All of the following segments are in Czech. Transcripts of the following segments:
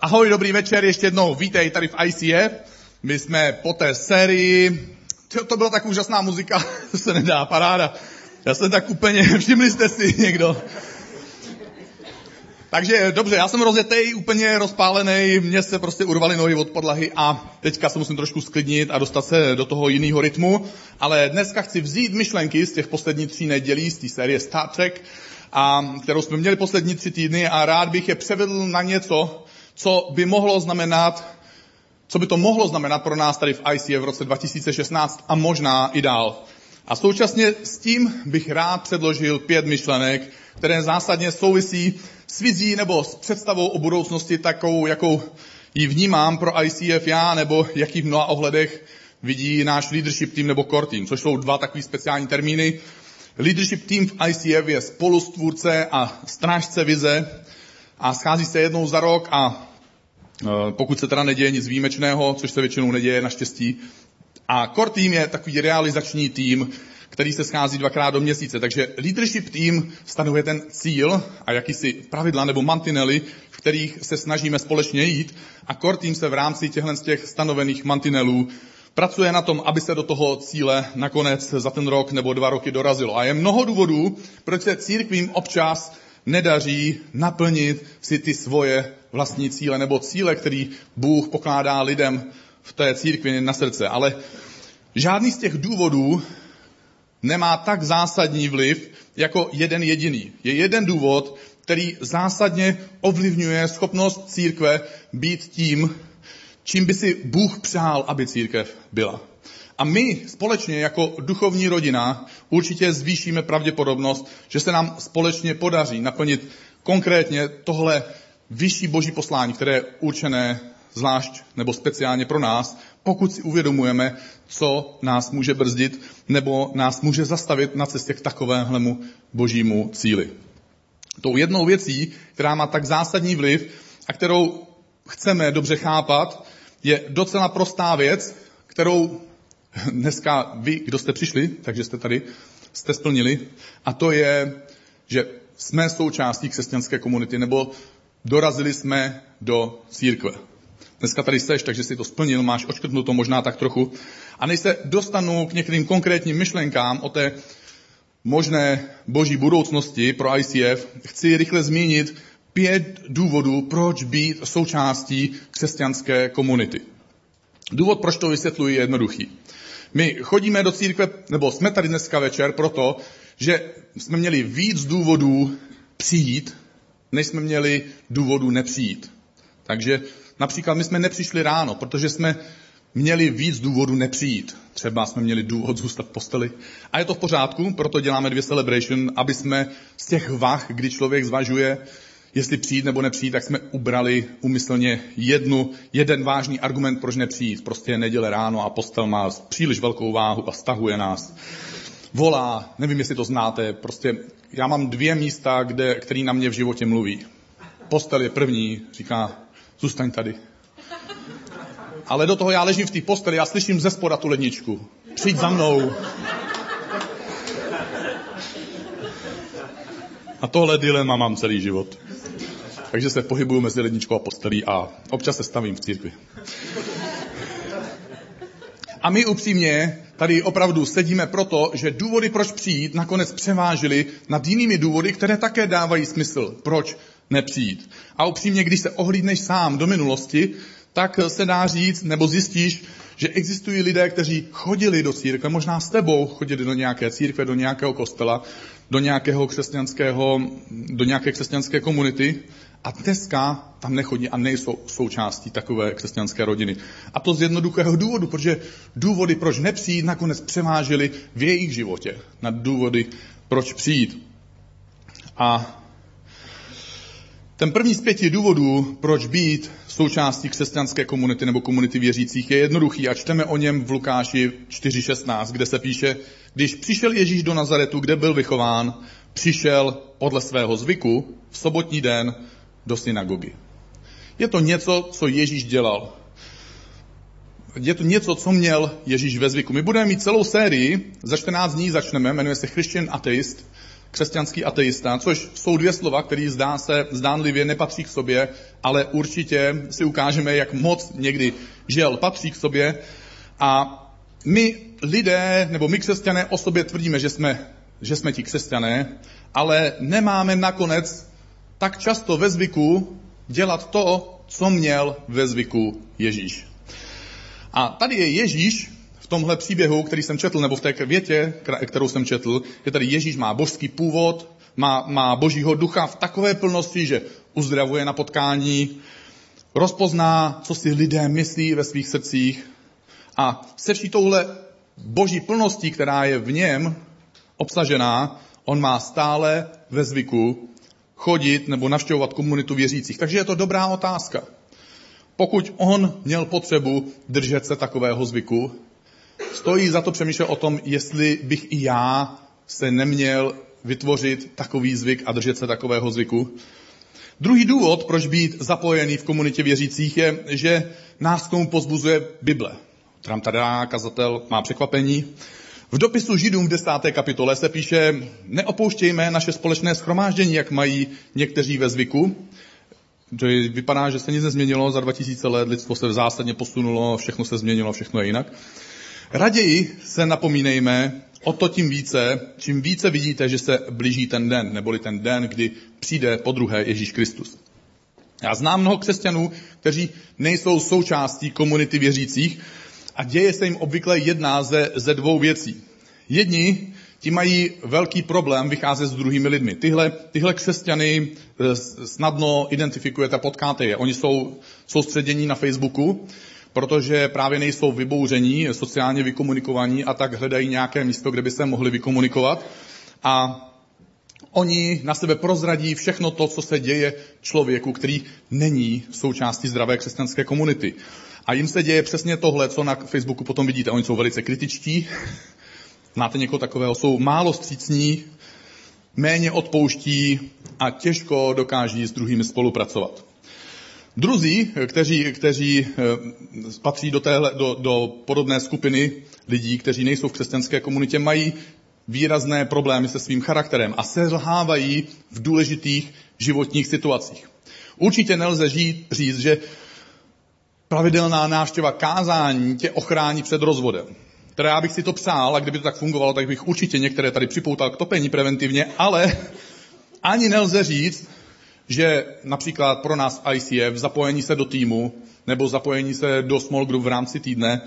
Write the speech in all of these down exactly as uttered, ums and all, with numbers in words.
Ahoj, dobrý večer, ještě jednou vítej tady v I C F. My jsme po té sérii, to, to byla tak úžasná muzika, to se nedá, paráda. Já jsem tak úplně, všimli jste si někdo. Takže dobře, já jsem rozjetej, úplně rozpálený, mně se prostě urvaly nohy od podlahy a teďka se musím trošku sklidnit a dostat se do toho jiného rytmu. Ale dneska chci vzít myšlenky z těch posledních tří nedělí, z té série Star Trek, a, kterou jsme měli poslední tři týdny a rád bych je převedl na něco, co by mohlo znamenat, co by to mohlo znamenat pro nás tady v I C F v roce dva tisíce šestnáct a možná i dál. A současně s tím bych rád předložil pět myšlenek, které zásadně souvisí s vizí nebo s představou o budoucnosti takovou, jakou ji vnímám pro I C F já, nebo jaký v mnoha ohledech vidí náš leadership team nebo core team, což jsou dva takový speciální termíny. Leadership team v I C F je spolustvůrce a strážce vize a schází se jednou za rok a pokud se teda neděje nic výjimečného, což se většinou neděje naštěstí. A core team je takový realizační tým, který se schází dvakrát do měsíce. Takže leadership team stanovuje ten cíl a jakýsi pravidla nebo mantinely, v kterých se snažíme společně jít. A core team se v rámci těchto z těch stanovených mantinelů pracuje na tom, aby se do toho cíle nakonec za ten rok nebo dva roky dorazilo. A je mnoho důvodů, proč se církvím občas nedaří naplnit si ty svoje vlastní cíle nebo cíle, který Bůh pokládá lidem v té církvi na srdce. Ale žádný z těch důvodů nemá tak zásadní vliv jako jeden jediný. Je jeden důvod, který zásadně ovlivňuje schopnost církve být tím, čím by si Bůh přál, aby církev byla. A my společně jako duchovní rodina určitě zvýšíme pravděpodobnost, že se nám společně podaří naplnit konkrétně tohle vyšší boží poslání, které je určené zvlášť nebo speciálně pro nás, pokud si uvědomujeme, co nás může brzdit nebo nás může zastavit na cestě k takovému božímu cíli. Tou jednou věcí, která má tak zásadní vliv a kterou chceme dobře chápat, je docela prostá věc, kterou dneska vy, kdo jste přišli, takže jste tady, jste splnili, a to je, že jsme součástí křesťanské komunity, nebo dorazili jsme do církve. Dneska tady seš, takže si to splnil, máš odškrtnuto možná tak trochu. A než se dostanu k některým konkrétním myšlenkám o té možné boží budoucnosti pro I C F, chci rychle zmínit pět důvodů, proč být součástí křesťanské komunity. Důvod, proč to vysvětluji, je jednoduchý. My chodíme do církve, nebo jsme tady dneska večer proto, že jsme měli víc důvodů přijít, než jsme měli důvodů nepřijít. Takže například my jsme nepřišli ráno, protože jsme měli víc důvodů nepřijít. Třeba jsme měli důvod zůstat v posteli. A je to v pořádku, proto děláme dvě celebration, aby jsme z těch vah, kdy člověk zvažuje, jestli přijít nebo nepřijít, tak jsme ubrali úmyslně jednu, jeden vážný argument, proč nepřijít. Prostě je neděle ráno a postel má příliš velkou váhu a stahuje nás. Volá, nevím, jestli to znáte, prostě já mám dvě místa, kde, který na mě v životě mluví. Postel je první, říká, zůstaň tady. Ale do toho já ležím v té posteli, já slyším ze spoda tu ledničku. Přijď za mnou. A tohle dilema mám celý život. Takže se pohybuju mezi ledničkou a postelí a občas se stavím v církvi. A my upřímně tady opravdu sedíme proto, že důvody, proč přijít, nakonec převážily nad jinými důvody, které také dávají smysl, proč nepřijít. A upřímně, když se ohlídneš sám do minulosti, tak se dá říct, nebo zjistíš, že existují lidé, kteří chodili do církve, možná s tebou chodili do nějaké církve, do nějakého kostela, do nějakého křesťanského, do nějaké křesťanské komunity a dneska tam nechodí a nejsou součástí takové křesťanské rodiny. A to z jednoduchého důvodu, protože důvody, proč nepřijít, nakonec převážily v jejich životě nad důvody, proč přijít. A ten první z pěti důvodů, proč být součástí křesťanské komunity nebo komunity věřících, je jednoduchý a čteme o něm v Lukáši čtyři šestnáct, kde se píše, když přišel Ježíš do Nazaretu, kde byl vychován, přišel podle svého zvyku v sobotní den do synagogy. Je to něco, co Ježíš dělal. Je to něco, co měl Ježíš ve zvyku. My budeme mít celou sérii, za čtrnáct dní začneme, jmenuje se Christian Atheist, křesťanský ateista, což jsou dvě slova, které zdá se, zdánlivě nepatří k sobě, ale určitě si ukážeme, jak moc někdy žel patří k sobě. A my lidé, nebo my křesťané o sobě tvrdíme, že jsme, že jsme ti křesťané, ale nemáme nakonec tak často ve zvyku dělat to, co měl ve zvyku Ježíš. A tady je Ježíš v tomhle příběhu, který jsem četl, nebo v té větě, kterou jsem četl, je tady Ježíš má božský původ, má, má božího ducha v takové plnosti, že uzdravuje na potkání, rozpozná, co si lidé myslí ve svých srdcích a se vší touhle boží plností, která je v něm obsažená, on má stále ve zvyku chodit nebo navštěvovat komunitu věřících. Takže je to dobrá otázka. Pokud on měl potřebu držet se takového zvyku, stojí za to přemýšlet o tom, jestli bych i já se neměl vytvořit takový zvyk a držet se takového zvyku. Druhý důvod, proč být zapojený v komunitě věřících, je, že nás k tomu pozbuzuje Bible. Tram tada, kazatel má překvapení. V dopisu Židům v desáté kapitole se píše, neopouštějme naše společné shromáždění, jak mají někteří ve zvyku. Vypadá, že se nic nezměnilo za dva tisíce let, lidstvo se zásadně posunulo, všechno se změnilo, všechno je jinak. Raději se napomínejme o to tím více, čím více vidíte, že se blíží ten den, neboli ten den, kdy přijde podruhé Ježíš Kristus. Já znám mnoho křesťanů, kteří nejsou součástí komunity věřících a děje se jim obvykle jedna ze, ze dvou věcí. Jedni, ti mají velký problém vycházet s druhými lidmi. Tyhle, tyhle křesťany snadno identifikujete, potkáte je. Oni jsou soustředění na Facebooku, protože právě nejsou vybouření, sociálně vykomunikovaní a tak hledají nějaké místo, kde by se mohli vykomunikovat. A oni na sebe prozradí všechno to, co se děje člověku, který není součástí zdravé křesťanské komunity. A jim se děje přesně tohle, co na Facebooku potom vidíte. Oni jsou velice kritičtí. Máte někoho takového, jsou málo vstřícní, méně odpouští a těžko dokáží s druhými spolupracovat. Druzí, kteří, kteří patří do, téhle, do, do podobné skupiny lidí, kteří nejsou v křesťanské komunitě, mají výrazné problémy se svým charakterem a selhávají v důležitých životních situacích. Určitě nelze žít, říct, že pravidelná návštěva kázání tě ochrání před rozvodem. Teda já bych si to přál, a kdyby to tak fungovalo, tak bych určitě některé tady připoutal k topení preventivně, ale ani nelze říct, že například pro nás I C F zapojení se do týmu nebo zapojení se do small group v rámci týdne,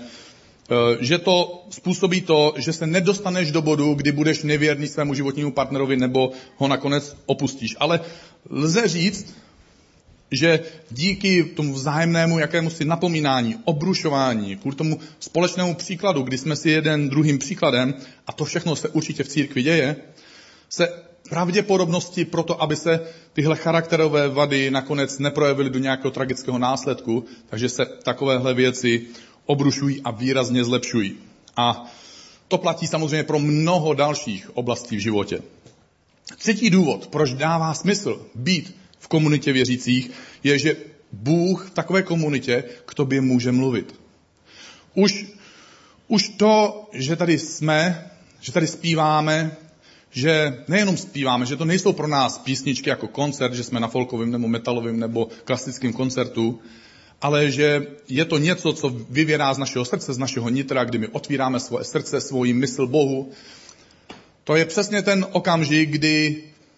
že to způsobí to, že se nedostaneš do bodu, kdy budeš nevěrný svému životnímu partnerovi nebo ho nakonec opustíš. Ale lze říct, že díky tomu vzájemnému jakémusi napomínání, obrušování, kvůli tomu společnému příkladu, kdy jsme si jeden druhým příkladem, a to všechno se určitě v církvi děje, se pravděpodobnosti pro to, aby se tyhle charakterové vady nakonec neprojevily do nějakého tragického následku, takže se takovéhle věci obrušují a výrazně zlepšují. A to platí samozřejmě pro mnoho dalších oblastí v životě. Třetí důvod, proč dává smysl být v komunitě věřících, je, že Bůh v takové komunitě k tobě může mluvit. Už, už to, že tady jsme, že tady zpíváme, že nejenom zpíváme, že to nejsou pro nás písničky jako koncert, že jsme na folkovém nebo metalovém nebo klasickém koncertu, ale že je to něco, co vyvěrá z našeho srdce, z našeho nitra, kdy my otvíráme svoje srdce, svoji mysl Bohu. To je přesně ten okamžik, kdy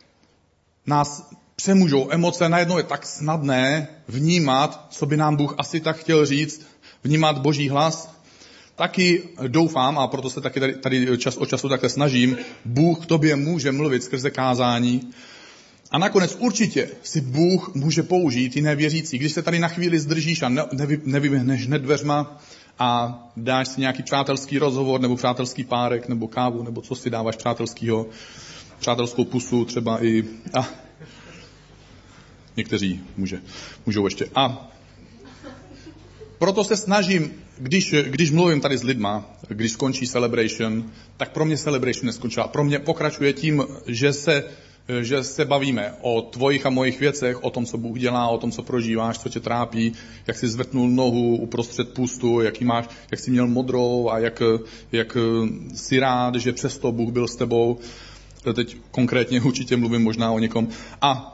nás přemůžou emoce, najednou je tak snadné vnímat, co by nám Bůh asi tak chtěl říct, vnímat Boží hlas. Taky doufám, a proto se taky tady, tady čas od času takhle snažím, Bůh k tobě může mluvit skrze kázání. A nakonec určitě si Bůh může použít jiné věřící. Když se tady na chvíli zdržíš a nevy, nevyběhneš hned dveřma a dáš si nějaký přátelský rozhovor, nebo přátelský párek, nebo kávu, nebo co si dáváš přátelskýho, přátelskou pusu třeba i... A, někteří může, můžou ještě. A proto se snažím, když, když mluvím tady s lidma, když skončí celebration, tak pro mě celebration neskončila. Pro mě pokračuje tím, že se, že se bavíme o tvojich a mojich věcech, o tom, co Bůh dělá, o tom, co prožíváš, co tě trápí, jak jsi zvrtnul nohu uprostřed pustu, jaký máš, jak jsi měl modrou a jak, jak jsi rád, že přesto Bůh byl s tebou. teď konkrétně určitě mluvím možná o někom. A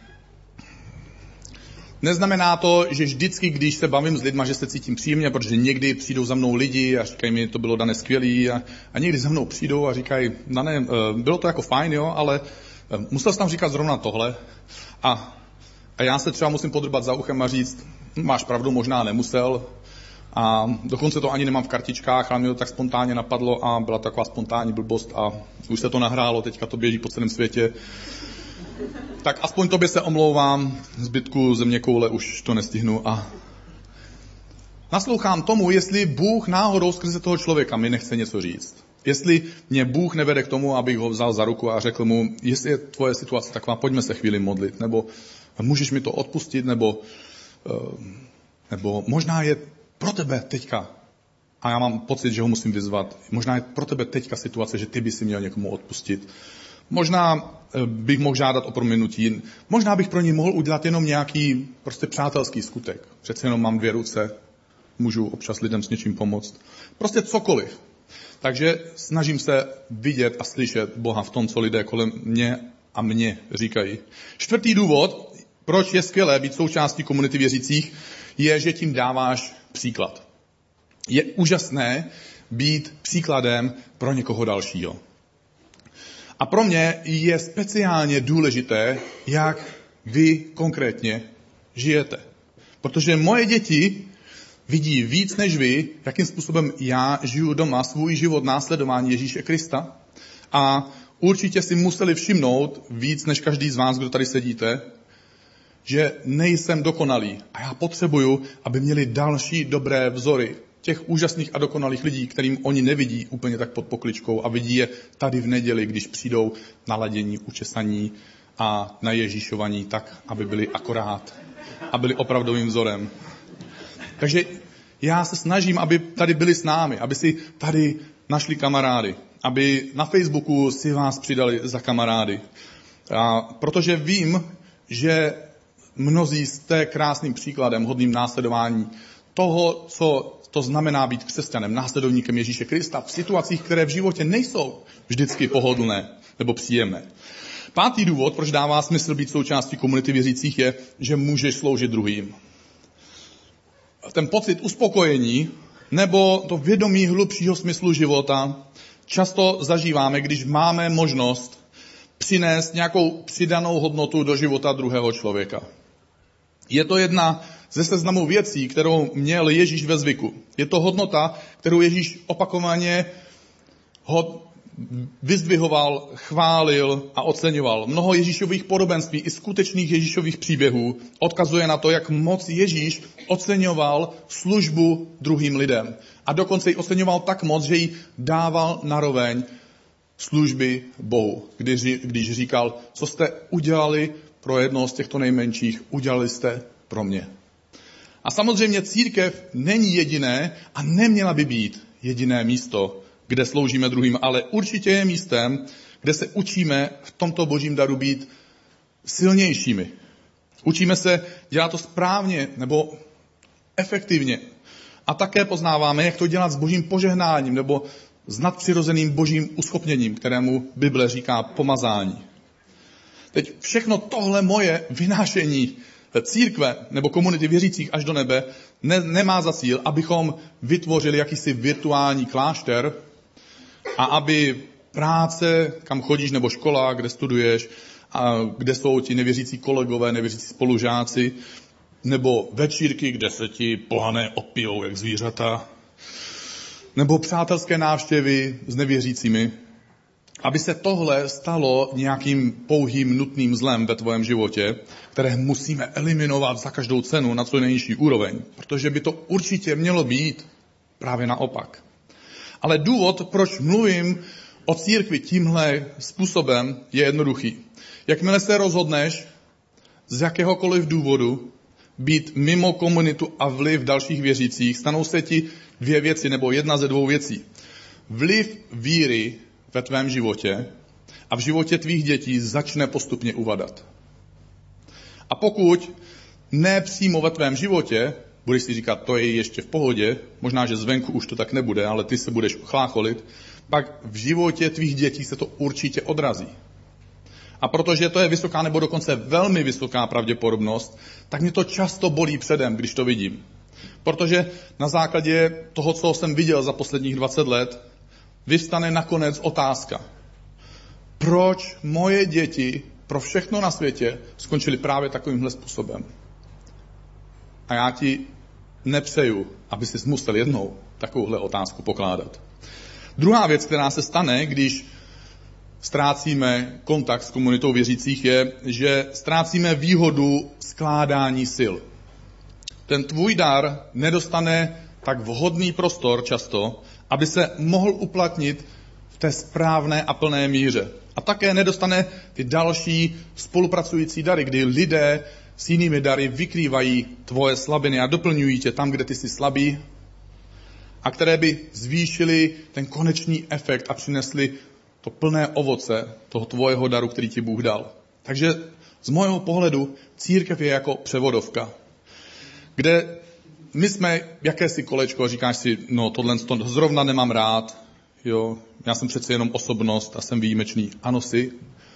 neznamená to, že vždycky, když se bavím s lidma, že se cítím příjemně, protože někdy přijdou za mnou lidi a říkají mi, to bylo Dané skvělý a, a někdy za mnou přijdou a říkají, Dané, bylo to jako fajn, jo, ale musel jsi tam říkat zrovna tohle a, a já se třeba musím podrbat za uchem a říct, máš pravdu, možná nemusel a dokonce to ani nemám v kartičkách, ale mě to tak spontánně napadlo a byla to taková spontánní blbost a už se to nahrálo, teďka to běží po celém světě. Tak aspoň tobě se omlouvám, zbytku zeměkoule už to nestihnu a naslouchám tomu, jestli Bůh náhodou skrze toho člověka mi nechce něco říct. Jestli mě Bůh nevede k tomu, abych ho vzal za ruku a řekl mu, jestli je tvoje situace taková, pojďme se chvíli modlit, nebo můžeš mi to odpustit, nebo, nebo možná je pro tebe teďka, a já mám pocit, že ho musím vyzvat, možná je pro tebe teďka situace, že ty by si měl někomu odpustit. Možná bych mohl žádat o prominutí, možná bych pro něj mohl udělat jenom nějaký prostě přátelský skutek. Přece jenom mám dvě ruce, můžu občas lidem s něčím pomoct. Prostě cokoliv. Takže snažím se vidět a slyšet Boha v tom, co lidé kolem mě a mě říkají. Čtvrtý důvod, proč je skvělé být součástí komunity věřících, je, že tím dáváš příklad. Je úžasné být příkladem pro někoho dalšího. A pro mě je speciálně důležité, jak vy konkrétně žijete. Protože moje děti vidí víc než vy, jakým způsobem já žiju doma svůj život následování Ježíše Krista. A určitě si museli všimnout víc než každý z vás, kdo tady sedíte, že nejsem dokonalý. A já potřebuju, aby měli další dobré vzory těch úžasných a dokonalých lidí, kterým oni nevidí úplně tak pod pokličkou a vidí je tady v neděli, když přijdou na ladění, učesaní a na Ježíšovaní tak, aby byli akorát a byli opravdovým vzorem. Takže já se snažím, aby tady byli s námi, aby si tady našli kamarády, aby na Facebooku si vás přidali za kamarády. A protože vím, že mnozí jste krásným příkladem, hodným následování toho, co to znamená být křesťanem, následovníkem Ježíše Krista v situacích, které v životě nejsou vždycky pohodlné nebo příjemné. Pátý důvod, proč dává smysl být součástí komunity věřících, je, že můžeš sloužit druhým. Ten pocit uspokojení nebo to vědomí hlubšího smyslu života často zažíváme, když máme možnost přinést nějakou přidanou hodnotu do života druhého člověka. Je to jedna ze seznamu věcí, kterou měl Ježíš ve zvyku. Je to hodnota, kterou Ježíš opakovaně vyzdvihoval, chválil a oceňoval. Mnoho Ježíšových podobenství i skutečných Ježíšových příběhů odkazuje na to, jak moc Ježíš oceňoval službu druhým lidem. A dokonce ji oceňoval tak moc, že ji dával naroveň služby Bohu. Když, když říkal, co jste udělali pro jednoho z těchto nejmenších, udělali jste pro mě. A samozřejmě církev není jediné a neměla by být jediné místo, kde sloužíme druhým, ale určitě je místem, kde se učíme v tomto božím daru být silnějšími. Učíme se dělat to správně nebo efektivně. A také poznáváme, jak to dělat s božím požehnáním nebo s nadpřirozeným božím uschopněním, kterému Bible říká pomazání. Teď všechno tohle moje vynášení církve nebo komunity věřících až do nebe ne, nemá za cíl, abychom vytvořili jakýsi virtuální klášter a aby práce, kam chodíš, nebo škola, kde studuješ, a kde jsou ti nevěřící kolegové, nevěřící spolužáci, nebo večírky, kde se ti pohané opijou jak zvířata, nebo přátelské návštěvy s nevěřícími, aby se tohle stalo nějakým pouhým nutným zlem ve tvém životě, které musíme eliminovat za každou cenu na co nejnižší úroveň, protože by to určitě mělo být právě naopak. Ale důvod, proč mluvím o církvi tímhle způsobem, je jednoduchý. Jakmile se rozhodneš z jakéhokoliv důvodu být mimo komunitu a vliv dalších věřících, stanou se ti dvě věci, nebo jedna ze dvou věcí. Vliv víry ve tvém životě a v životě tvých dětí začne postupně uvadat. A pokud ne přímo ve tvém životě, budeš si říkat, to je ještě v pohodě, možná, že zvenku už to tak nebude, ale ty se budeš chlácholit, pak v životě tvých dětí se to určitě odrazí. A protože to je vysoká nebo dokonce velmi vysoká pravděpodobnost, tak mě to často bolí předem, když to vidím. Protože na základě toho, co jsem viděl za posledních dvacet let, vyvstane nakonec otázka. Proč moje děti pro všechno na světě skončily právě takovýmhle způsobem? A já ti nepřeju, aby jsi musel jednou takovouhle otázku pokládat. Druhá věc, která se stane, když ztrácíme kontakt s komunitou věřících, je, že ztrácíme výhodu skládání sil. Ten tvůj dar nedostane tak vhodný prostor často, aby se mohl uplatnit v té správné a plné míře. A také nedostane ty další spolupracující dary, kdy lidé s jinými dary vykrývají tvoje slabiny a doplňují tě tam, kde ty jsi slabý, a které by zvýšily ten konečný efekt a přinesly to plné ovoce toho tvojeho daru, který ti Bůh dal. Takže z mého pohledu církev je jako převodovka, kde my jsme jakési kolečko a říkáš si, no tohle to zrovna nemám rád, jo, já jsem přece jenom osobnost a jsem výjimečný. Ano, si.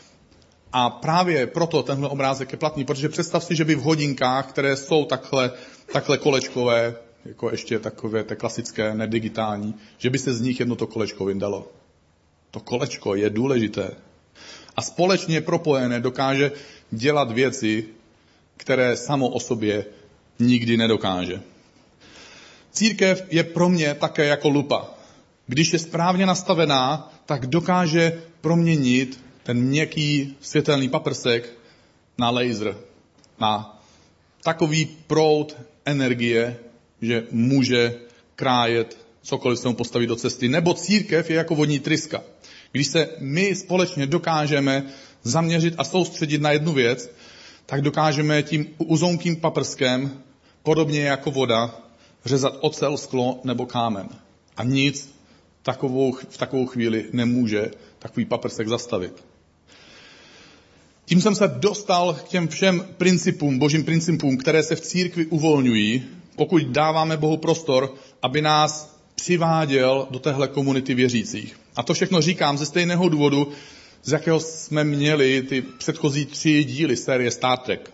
A právě proto tenhle obrázek je platný, protože představ si, že by v hodinkách, které jsou takhle, takhle kolečkové, jako ještě takové té klasické, nedigitální, že by se z nich jedno to kolečko vyndalo. To kolečko je důležité. A společně propojené dokáže dělat věci, které samo o sobě nikdy nedokáže. Církev je pro mě také jako lupa. Když je správně nastavená, tak dokáže proměnit ten měkký světelný paprsek na laser, na takový proud energie, že může krájet cokoliv se mu postaví do cesty. Nebo církev je jako vodní tryska. Když se my společně dokážeme zaměřit a soustředit na jednu věc, tak dokážeme tím uzounkým paprskem, podobně jako voda, řezat ocel, sklo nebo kámen. A nic takovou, v takovou chvíli nemůže takový paprsek zastavit. Tím jsem se dostal k těm všem principům, božím principům, které se v církvi uvolňují, pokud dáváme Bohu prostor, aby nás přiváděl do téhle komunity věřících. A to všechno říkám ze stejného důvodu, z jakého jsme měli ty předchozí tři díly série Star Trek.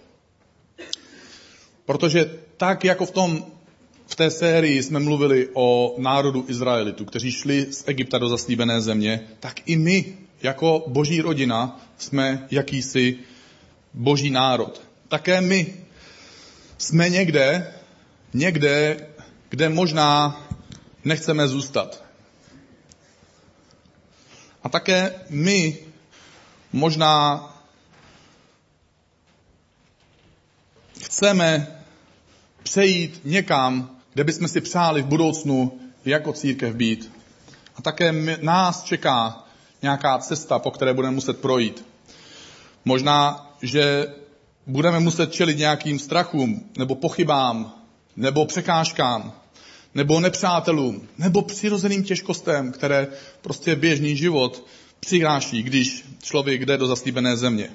Protože tak, jako v, tom, v té sérii jsme mluvili o národu Izraelitu, kteří šli z Egypta do zaslíbené země, tak i my, jako boží rodina, jsme jakýsi boží národ. Také my jsme někde, někde, kde možná nechceme zůstat. A také my možná chceme přejít někam, kde bychom si přáli v budoucnu jako církev být. A také my, nás čeká nějaká cesta, po které budeme muset projít. Možná, že budeme muset čelit nějakým strachům, nebo pochybám, nebo překážkám, nebo nepřátelům, nebo přirozeným těžkostem, které prostě běžný život přináší, když člověk jde do zaslíbené země.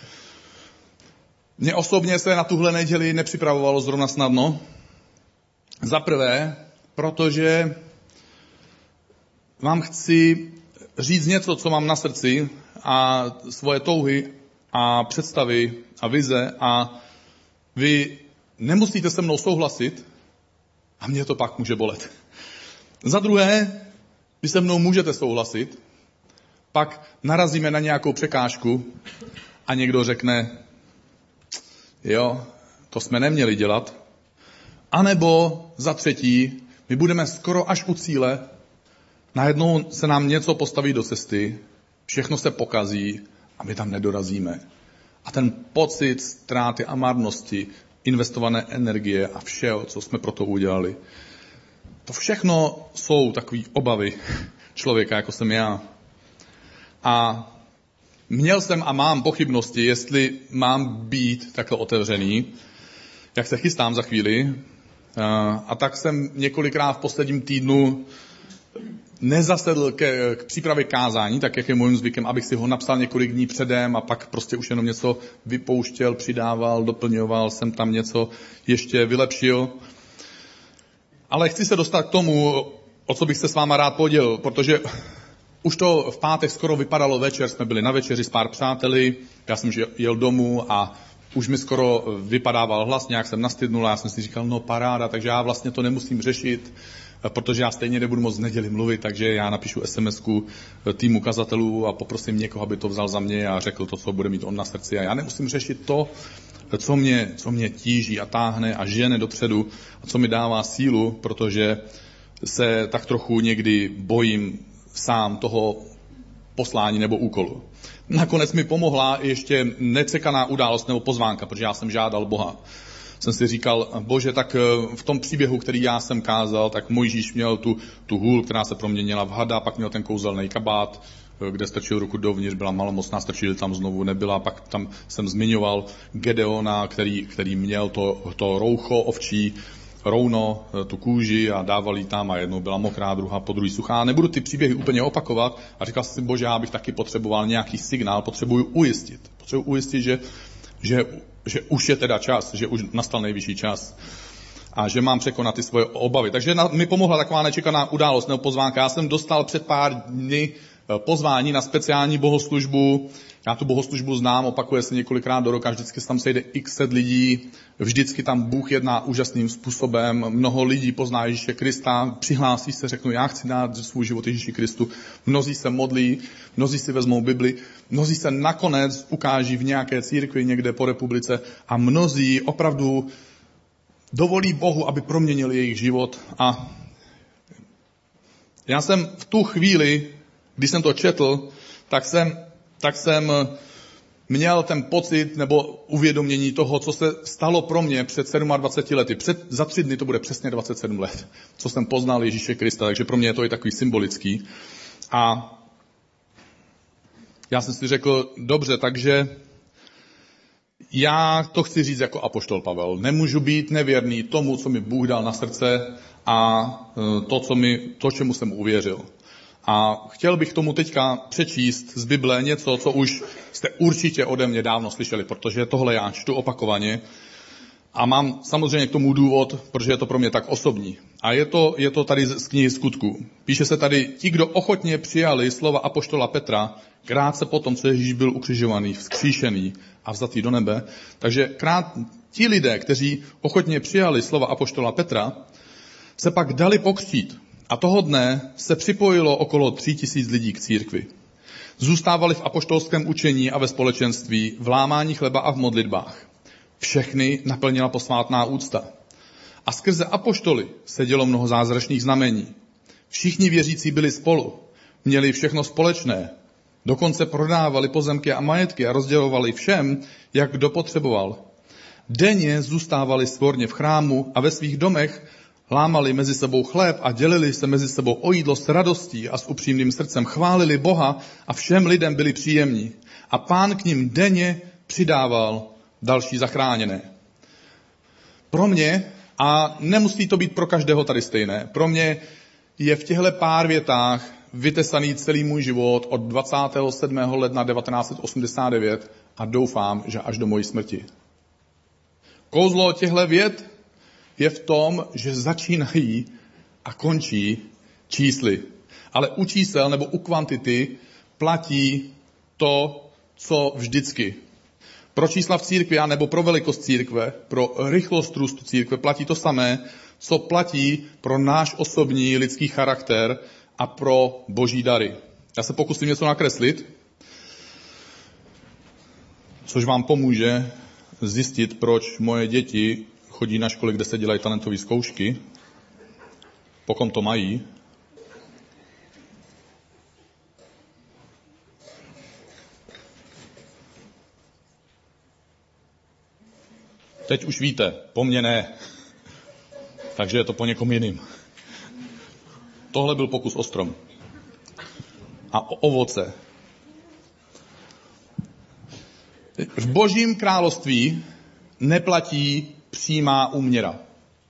Mně osobně se na tuhle neděli nepřipravovalo zrovna snadno. Za prvé, protože vám chci říct něco, co mám na srdci a svoje touhy a představy a vize a vy nemusíte se mnou souhlasit a mě to pak může bolet. Za druhé, vy se mnou můžete souhlasit, pak narazíme na nějakou překážku a někdo řekne, jo, to jsme neměli dělat. A nebo za třetí, my budeme skoro až u cíle, najednou se nám něco postaví do cesty, všechno se pokazí a my tam nedorazíme. A ten pocit ztráty a marnosti, investované energie a všeho, co jsme pro to udělali, to všechno jsou takové obavy člověka, jako jsem já. A měl jsem a mám pochybnosti, jestli mám být takhle otevřený, jak se chystám za chvíli. A tak jsem několikrát v posledním týdnu nezasedl k, k přípravě kázání, tak jak je mojím zvykem, abych si ho napsal několik dní předem a pak prostě už jenom něco vypouštěl, přidával, doplňoval, jsem tam něco ještě vylepšil. Ale chci se dostat k tomu, o co bych se s váma rád podělil, protože už to v pátek skoro vypadalo večer, jsme byli na večeři s pár přáteli, já jsem jel domů a už mi skoro vypadával hlas, nějak jsem nastydnul a já jsem si říkal, no paráda, takže já vlastně to nemusím řešit, protože já stejně nebudu moc v neděli mluvit, takže já napíšu SMSku týmu kazatelů a poprosím někoho, aby to vzal za mě a řekl to, co bude mít on na srdci a já nemusím řešit to, co mě, co mě tíží a táhne a žene dopředu a co mi dává sílu, protože se tak trochu někdy bojím sám toho poslání nebo úkolu. Nakonec mi pomohla ještě nečekaná událost nebo pozvánka, protože já jsem žádal Boha. Jsem si říkal, Bože, tak v tom příběhu, který já jsem kázal, tak Mojžíš měl tu, tu hůl, která se proměnila v hada, pak měl ten kouzelný kabát, kde strčil ruku dovnitř, byla malomocná, strčil tam znovu nebyla, pak tam jsem zmiňoval Gedeona, který, který měl to, to roucho ovčí, rouno, tu kůži a dávali tam a jednou byla mokrá, druhá po druhý suchá. Nebudu ty příběhy úplně opakovat a říkal jsem si, Bože, já bych taky potřeboval nějaký signál, potřebuju ujistit. Potřebuji ujistit, že, že, že už je teda čas, že už nastal nejvyšší čas a že mám překonat ty svoje obavy. Takže mi pomohla taková nečekaná událost nebo pozvánka. Já jsem dostal před pár dny pozvání na speciální bohoslužbu. Já tu bohoslužbu znám, opakuje se několikrát do roka, vždycky se tam sejde x set lidí, vždycky tam Bůh jedná úžasným způsobem, mnoho lidí pozná Ježíše Krista, přihlásí se, řeknou, já chci dát svůj život Ježíši Kristu, mnozí se modlí, mnozí si vezmou Bibli, mnozí se nakonec ukáží v nějaké církvi někde po republice a mnozí opravdu dovolí Bohu, aby proměnil jejich život. A já jsem v tu chvíli, když jsem to četl, tak jsem, tak jsem měl ten pocit nebo uvědomění toho, co se stalo pro mě před dvaceti sedmi lety. Před, za tři dny to bude přesně dvacet sedm let, co jsem poznal Ježíše Krista, takže pro mě je to i takový symbolický. A já jsem si řekl, dobře, takže já to chci říct jako apoštol Pavel. Nemůžu být nevěrný tomu, co mi Bůh dal na srdce a to, co mi, to čemu jsem uvěřil. A chtěl bych tomu teďka přečíst z Bible něco, co už jste určitě ode mě dávno slyšeli, protože tohle já čtu opakovaně. A mám samozřejmě k tomu důvod, protože je to pro mě tak osobní. A je to, je to tady z knihy Skutků. Píše se tady, ti, kdo ochotně přijali slova apoštola Petra, krátce potom, co Ježíš byl ukřižovaný, vzkříšený a vzatý do nebe. Takže krát, ti lidé, kteří ochotně přijali slova apoštola Petra, se pak dali pokřtít. A toho dne se připojilo okolo tři tisíc lidí k církvi. Zůstávali v apoštolském učení a ve společenství, v lámání chleba a v modlitbách. Všechny naplnila posvátná úcta. A skrze apoštoly se dělo mnoho zázračných znamení. Všichni věřící byli spolu, měli všechno společné. Dokonce prodávali pozemky a majetky a rozdělovali všem, jak kdo potřeboval. Denně zůstávali svorně v chrámu a ve svých domech lámali mezi sebou chléb a dělili se mezi sebou o jídlo s radostí a s upřímným srdcem. Chválili Boha a všem lidem byli příjemní. A Pán k nim denně přidával další zachráněné. Pro mě, a nemusí to být pro každého tady stejné, pro mě je v těchto pár větách vytesaný celý můj život od dvacátého sedmého ledna devatenáct set osmdesát devět a doufám, že až do mojí smrti. Kouzlo těchto vět je v tom, že začínají a končí čísly. Ale u čísel nebo u kvantity platí to, co vždycky. Pro čísla v církvi, nebo pro velikost církve, pro rychlost růstu církve platí to samé, co platí pro náš osobní lidský charakter a pro boží dary. Já se pokusím něco nakreslit, což vám pomůže zjistit, proč moje děti chodí na školy, kde se dělají talentové zkoušky, pokud to mají. Teď už víte, po mně ne. Takže je to po někom jiným. Tohle byl pokus o strom. A o ovoce. V Božím království neplatí přímá úměra.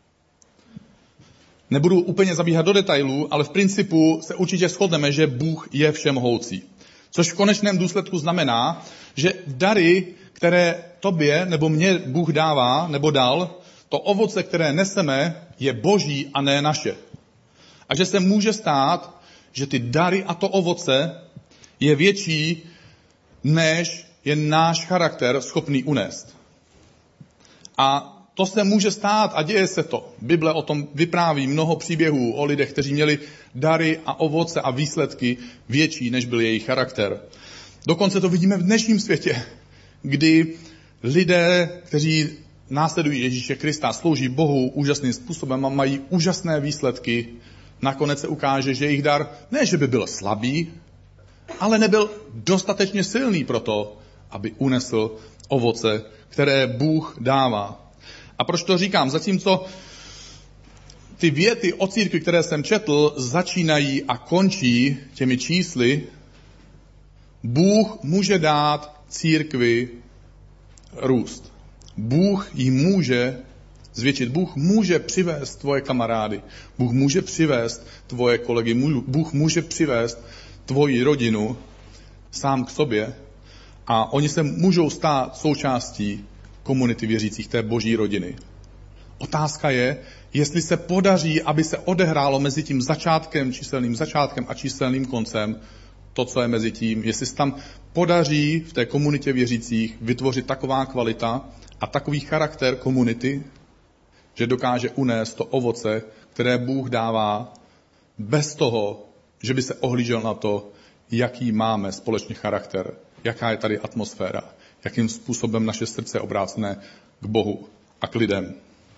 Nebudu úplně zabíhat do detailů, ale v principu se určitě shodneme, že Bůh je všemohoucí. Což v konečném důsledku znamená, že dary, které tobě nebo mě Bůh dává nebo dal, to ovoce, které neseme, je boží a ne naše. A že se může stát, že ty dary a to ovoce je větší, než je náš charakter schopný unést. A to se může stát a děje se to. Bible o tom vypráví mnoho příběhů o lidech, kteří měli dary a ovoce a výsledky větší, než byl jejich charakter. Dokonce to vidíme v dnešním světě, kdy lidé, kteří následují Ježíše Krista, slouží Bohu úžasným způsobem a mají úžasné výsledky, nakonec se ukáže, že jejich dar ne, že by byl slabý, ale nebyl dostatečně silný pro to, aby unesl ovoce, které Bůh dává. A proč to říkám? Zatímco ty věty o církvi, které jsem četl, začínají a končí těmi čísly, Bůh může dát církvi růst. Bůh ji může zvětšit. Bůh může přivést tvoje kamarády. Bůh může přivést tvoje kolegy. Bůh může přivést tvoji rodinu sám k sobě a oni se můžou stát součástí komunity věřících té boží rodiny. Otázka je, jestli se podaří, aby se odehrálo mezi tím začátkem, číselným začátkem a číselným koncem to, co je mezi tím, jestli se tam podaří v té komunitě věřících vytvořit taková kvalita a takový charakter komunity, že dokáže unést to ovoce, které Bůh dává bez toho, že by se ohlížel na to, jaký máme společně charakter, jaká je tady atmosféra, jakým způsobem naše srdce je obrácené k Bohu a k lidem.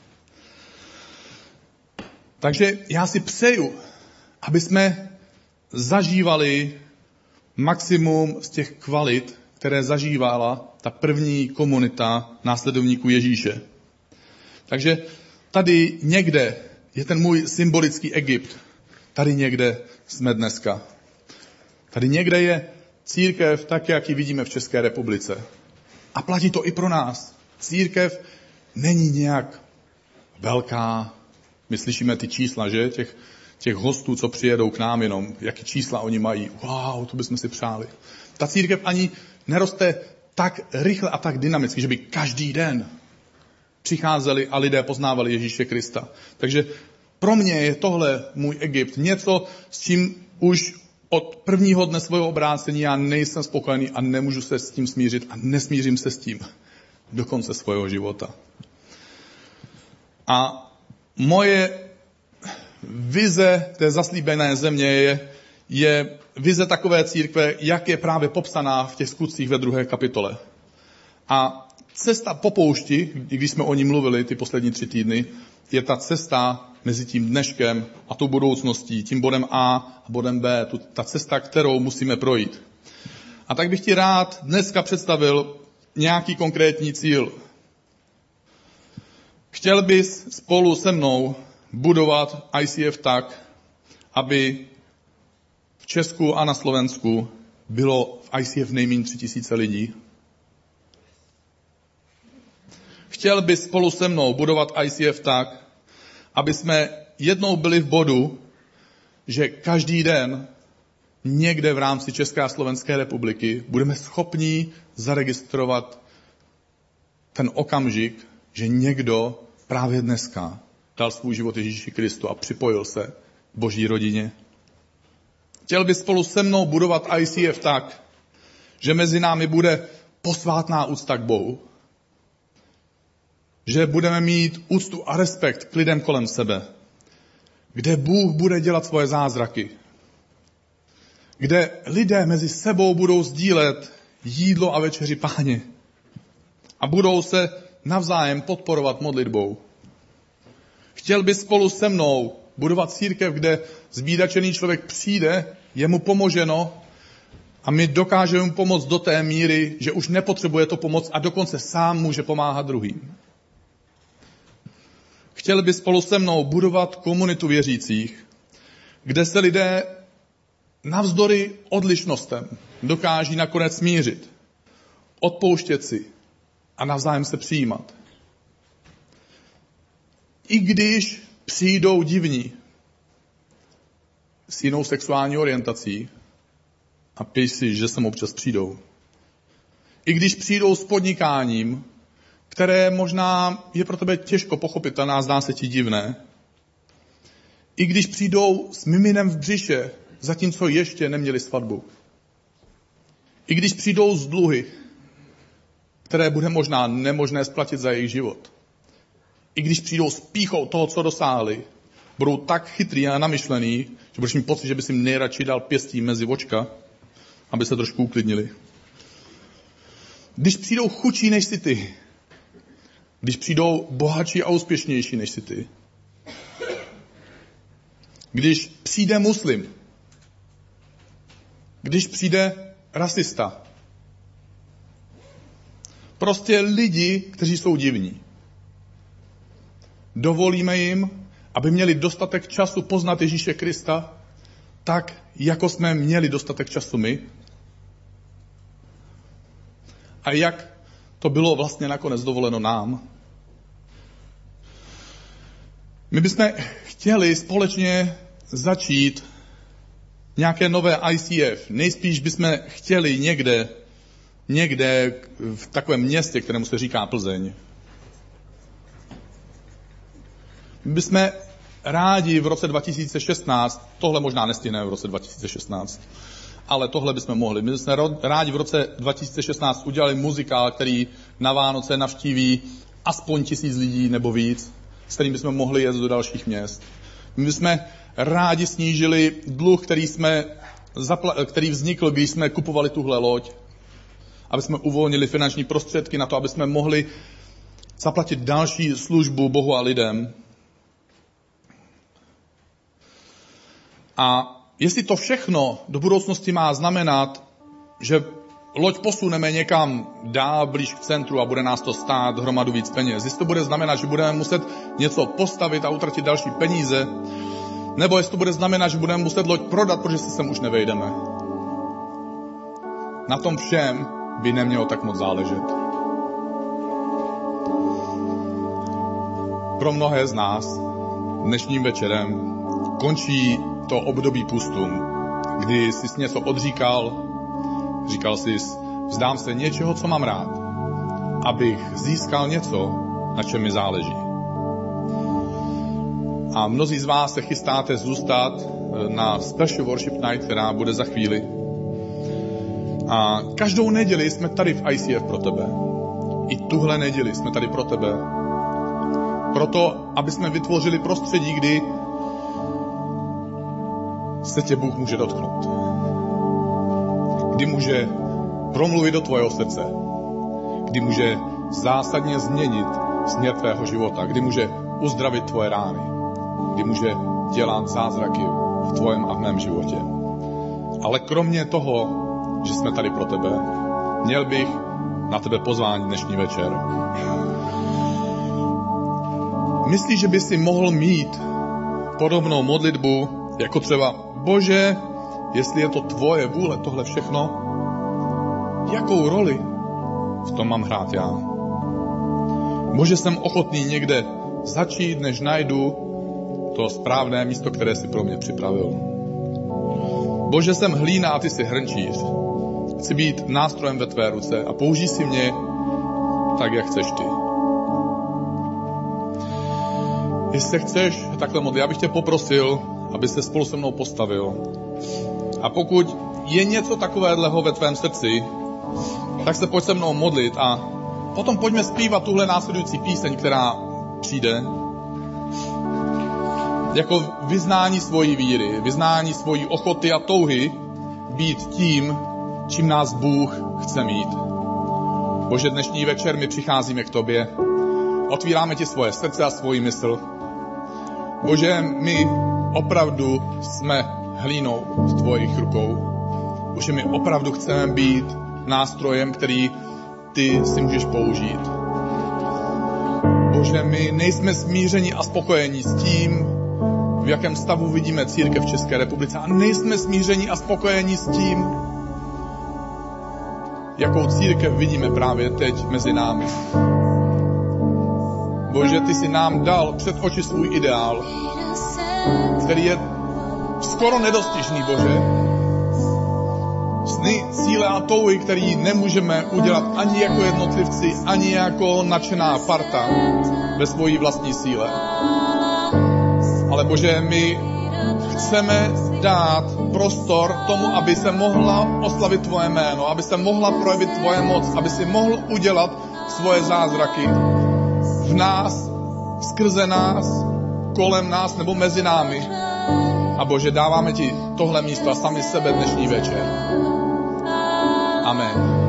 Takže já si přeju, aby jsme zažívali maximum z těch kvalit, které zažívala ta první komunita následovníků Ježíše. Takže tady někde je ten můj symbolický Egypt. Tady někde jsme dneska. Tady někde je církev tak, jak ji vidíme v České republice. A platí to i pro nás. Církev není nějak velká. My slyšíme ty čísla, že? Těch, těch hostů, co přijedou k nám jenom. Jaký čísla oni mají. Wow, to bychom si přáli. Ta církev ani neroste tak rychle a tak dynamicky, že by každý den přicházeli a lidé poznávali Ježíše Krista. Takže pro mě je tohle můj Egypt. Něco, s čím už od prvního dne svého obrácení já nejsem spokojený a nemůžu se s tím smířit a nesmířím se s tím do konce svého života. A moje vize té zaslíbené země je, je vize takové církve, jak je právě popsaná v těch skutcích ve druhé kapitole. A cesta po poušti, i když jsme o ní mluvili ty poslední tři týdny, je ta cesta mezi tím dneškem a tou budoucností, tím bodem A a bodem B, tu, ta cesta, kterou musíme projít. A tak bych ti rád dneska představil nějaký konkrétní cíl. Chtěl bys spolu se mnou budovat I C F tak, aby v Česku a na Slovensku bylo v I C F nejméně tři tisíce lidí? Chtěl bys spolu se mnou budovat I C F tak, aby jsme jednou byli v bodu, že každý den někde v rámci České a Slovenské republiky budeme schopni zaregistrovat ten okamžik, že někdo právě dneska dal svůj život Ježíši Kristu a připojil se k boží rodině. Chtěl bys spolu se mnou budovat I C F tak, že mezi námi bude posvátná úcta k Bohu, že budeme mít úctu a respekt k lidem kolem sebe, kde Bůh bude dělat svoje zázraky, kde lidé mezi sebou budou sdílet jídlo a večeři Páně a budou se navzájem podporovat modlitbou. Chtěl by spolu se mnou budovat církev, kde zbídačený člověk přijde, je mu pomoženo a my dokážeme mu pomoct do té míry, že už nepotřebuje to pomoc a dokonce sám může pomáhat druhým. Chtěl by spolu se mnou budovat komunitu věřících, kde se lidé navzdory odlišnostem dokáží nakonec smířit, odpouštět si a navzájem se přijímat. I když přijdou divní s jinou sexuální orientací, a píš si, že sem občas přijdou, i když přijdou s podnikáním, které možná je pro tebe těžko pochopitelné a zdá se ti divné. I když přijdou s miminem v břiše, zatímco ještě neměli svatbu. I když přijdou z dluhy, které bude možná nemožné splatit za jejich život. I když přijdou s pýchou toho, co dosáhli, budou tak chytrý a namyšlený, že budeš mít pocit, že bys jim nejradši dal pěstí mezi očka, aby se trošku uklidnili. Když přijdou chudší než si ty, když přijdou bohatší a úspěšnější než si ty, když přijde muslim, když přijde rasista, prostě lidi, kteří jsou divní. Dovolíme jim, aby měli dostatek času poznat Ježíše Krista, tak, jako jsme měli dostatek času my. A jak to bylo vlastně nakonec dovoleno nám. My bychom chtěli společně začít nějaké nové I C F. Nejspíš bychom chtěli někde, někde v takovém městě, kterému se říká Plzeň. My bychom rádi v roce dva tisíce šestnáct, tohle možná nestihneme v roce dva tisíce šestnáct, ale tohle bychom mohli. My bychom rádi v roce dva tisíce šestnáct udělali muzikál, který na Vánoce navštíví aspoň tisíc lidí nebo víc, s kterým bychom mohli jet do dalších měst. My bychom rádi snížili dluh, který, jsme zapla- který vznikl, když jsme kupovali tuhle loď, aby jsme uvolnili finanční prostředky na to, aby jsme mohli zaplatit další službu Bohu a lidem. A jestli to všechno do budoucnosti má znamenat, že loď posuneme někam dál, blíž k centru a bude nás to stát hromadu víc peněz, jestli to bude znamenat, že budeme muset něco postavit a utratit další peníze, nebo jestli to bude znamenat, že budeme muset loď prodat, protože se sem už nevejdeme. Na tom všem by nemělo tak moc záležet. Pro mnohé z nás dnešním večerem končí to období pustu, kdy jsi něco odříkal, říkal jsi, vzdám se něčeho, co mám rád, abych získal něco, na čem mi záleží. A mnozí z vás se chystáte zůstat na Special Worship Night, která bude za chvíli. A každou neděli jsme tady v I C F pro tebe. I tuhle neděli jsme tady pro tebe. Proto, aby jsme vytvořili prostředí, kdy se tě Bůh může dotknout. Kdy může promluvit do tvého srdce. Kdy může zásadně změnit směr tvého života. Kdy může uzdravit tvoje rány. Kdy může dělat zázraky v tvojem a v mém životě. Ale kromě toho, že jsme tady pro tebe, měl bych na tebe pozvání dnešní večer. Myslíš, že by si mohl mít podobnou modlitbu, jako třeba Bože, jestli je to tvoje vůle, tohle všechno, jakou roli v tom mám hrát já? Bože, jsem ochotný někde začít, než najdu to správné místo, které si pro mě připravil. Bože, jsem hlína a ty jsi hrnčíř. Chci být nástrojem ve tvé ruce a použij si mě tak, jak chceš ty. Jestli se chceš takhle modlit, já bych tě poprosil, aby se spolu se mnou postavil. A pokud je něco takového ve tvém srdci, tak se pojď se mnou modlit a potom pojďme zpívat tuhle následující píseň, která přijde. Jako vyznání svojí víry, vyznání svojí ochoty a touhy být tím, čím nás Bůh chce mít. Bože, dnešní večer my přicházíme k tobě, otvíráme ti svoje srdce a svoji mysl. Bože, my opravdu jsme hlínou v tvojich rukou. Bože, my opravdu chceme být nástrojem, který ty si můžeš použít. Bože, my nejsme smířeni a spokojeni s tím, v jakém stavu vidíme církev v České republice. A nejsme smířeni a spokojeni s tím, jakou církev vidíme právě teď mezi námi. Bože, ty jsi nám dal před oči svůj ideál, který je skoro nedostižný, Bože. sny, cíle a touhy, které nemůžeme udělat ani jako jednotlivci, ani jako nadšená parta ve svojí vlastní síle. Ale Bože, my chceme dát prostor tomu, aby se mohla oslavit tvoje jméno, aby se mohla projevit tvoje moc, aby si mohl udělat svoje zázraky v nás, skrze nás, kolem nás nebo mezi námi. A Bože, dáváme ti tohle místo a sami sebe dnešní večer. Amen.